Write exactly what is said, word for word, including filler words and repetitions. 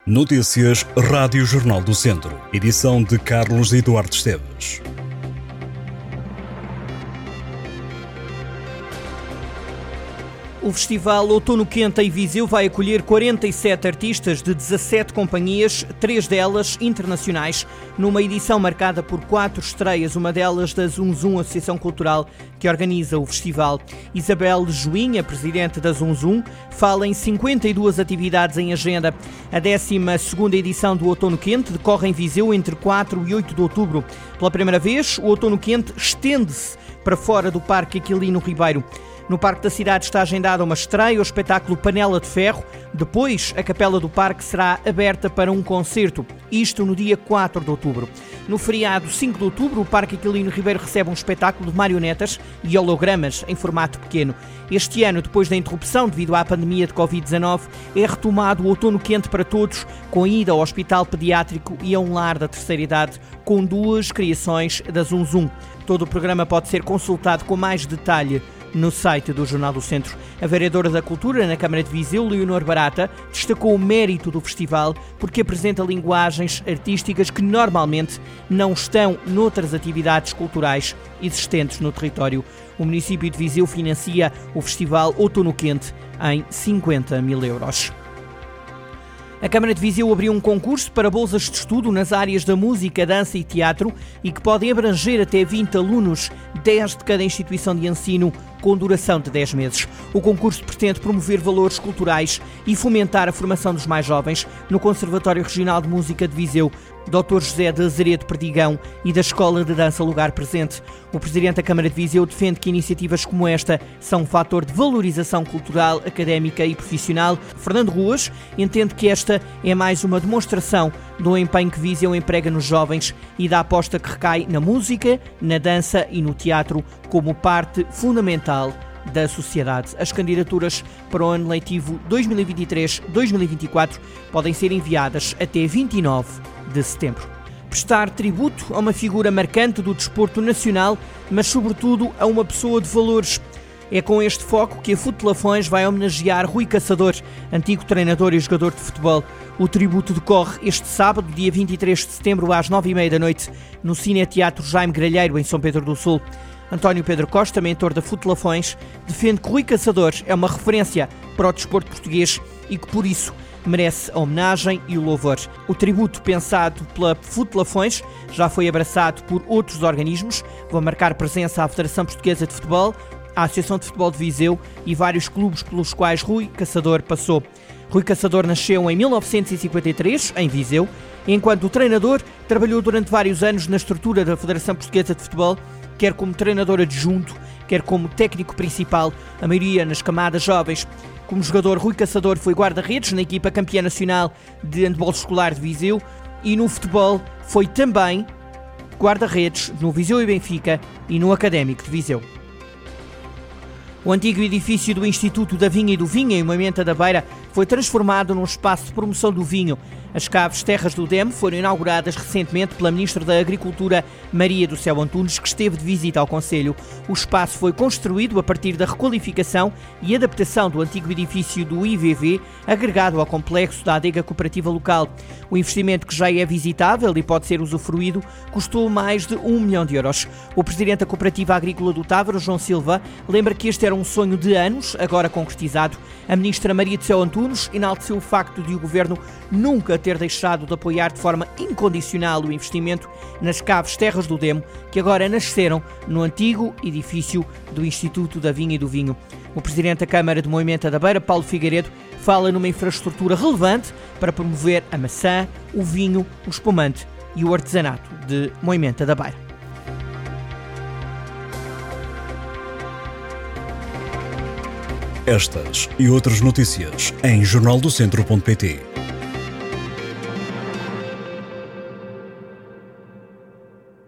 Notícias Rádio Jornal do Centro. Edição de Carlos Eduardo Esteves. O Festival Outono Quente em Viseu vai acolher quarenta e sete artistas de dezassete companhias, três delas internacionais, numa edição marcada por quatro estreias, uma delas da Zum Zum, Associação Cultural que organiza o festival. Isabel Joinha, presidente da Zum Zum, fala em cinquenta e duas atividades em agenda. A décima segunda edição do Outono Quente decorre em Viseu entre quatro e oito de outubro. Pela primeira vez, o Outono Quente estende-se para fora do Parque Aquilino Ribeiro. No Parque da Cidade está agendada uma estreia, o espetáculo Panela de Ferro. Depois, a Capela do Parque será aberta para um concerto. Isto no dia quatro de outubro. No feriado cinco de outubro, o Parque Aquilino Ribeiro recebe um espetáculo de marionetas e hologramas em formato pequeno. Este ano, depois da interrupção devido à pandemia de covid dezanove, é retomado o Outono Quente para todos, com ida ao Hospital Pediátrico e a um lar da terceira idade, com duas criações da Zum Zum. Todo o programa pode ser consultado com mais detalhe no site do Jornal do Centro. A vereadora da Cultura na Câmara de Viseu, Leonor Barata, destacou o mérito do festival porque apresenta linguagens artísticas que normalmente não estão noutras atividades culturais existentes no território. O município de Viseu financia o festival Outono Quente em cinquenta mil euros. A Câmara de Viseu abriu um concurso para bolsas de estudo nas áreas da música, dança e teatro e que podem abranger até vinte alunos, dez de cada instituição de ensino, com duração de dez meses. O concurso pretende promover valores culturais e fomentar a formação dos mais jovens no Conservatório Regional de Música de Viseu, doutor José de Azeredo Perdigão, e da Escola de Dança Lugar Presente. O Presidente da Câmara de Viseu defende que iniciativas como esta são um fator de valorização cultural, académica e profissional. Fernando Ruas entende que esta é mais uma demonstração do empenho que Viseu emprega nos jovens e da aposta que recai na música, na dança e no teatro como parte fundamental da sociedade. As candidaturas para o ano letivo dois mil e vinte e três dois mil e vinte e quatro podem ser enviadas até vinte e nove de setembro. Prestar tributo a uma figura marcante do desporto nacional, mas sobretudo a uma pessoa de valores. É com este foco que a Futelafões vai homenagear Rui Caçador, antigo treinador e jogador de futebol. O tributo decorre este sábado, dia vinte e três de setembro, às nove e meia da noite, no Cineteatro Jaime Gralheiro, em São Pedro do Sul. António Pedro Costa, mentor da Futelafões, defende que Rui Caçador é uma referência para o desporto português e que, por isso, merece a homenagem e o louvor. O tributo pensado pela Futelafões já foi abraçado por outros organismos. Vão marcar presença à Federação Portuguesa de Futebol, à Associação de Futebol de Viseu e vários clubes pelos quais Rui Caçador passou. Rui Caçador nasceu em mil novecentos e cinquenta e três, em Viseu. Enquanto treinador, trabalhou durante vários anos na estrutura da Federação Portuguesa de Futebol, quer como treinador adjunto, quer como técnico principal, a maioria nas camadas jovens. Como jogador, Rui Caçador foi guarda-redes na equipa campeã nacional de handebol escolar de Viseu e no futebol foi também guarda-redes no Viseu e Benfica e no Académico de Viseu. O antigo edifício do Instituto da Vinha e do Vinho, em Moimenta da Beira, foi transformado num espaço de promoção do vinho. As caves Terras do Demo foram inauguradas recentemente pela Ministra da Agricultura, Maria do Céu Antunes, que esteve de visita ao Conselho. O espaço foi construído a partir da requalificação e adaptação do antigo edifício do I V V, agregado ao complexo da adega cooperativa local. O investimento, que já é visitável e pode ser usufruído, custou mais de um milhão de euros. O presidente da Cooperativa Agrícola do Távaro, João Silva, lembra que este era um sonho de anos, agora concretizado. A Ministra Maria do Céu Antunes enalteceu o facto de o Governo nunca ter deixado de apoiar de forma incondicional o investimento nas caves Terras do Demo, que agora nasceram no antigo edifício do Instituto da Vinha e do Vinho. O Presidente da Câmara de Moimenta da Beira, Paulo Figueiredo, fala numa infraestrutura relevante para promover a maçã, o vinho, o espumante e o artesanato de Moimenta da Beira. Estas e outras notícias em jornal do centro ponto pt.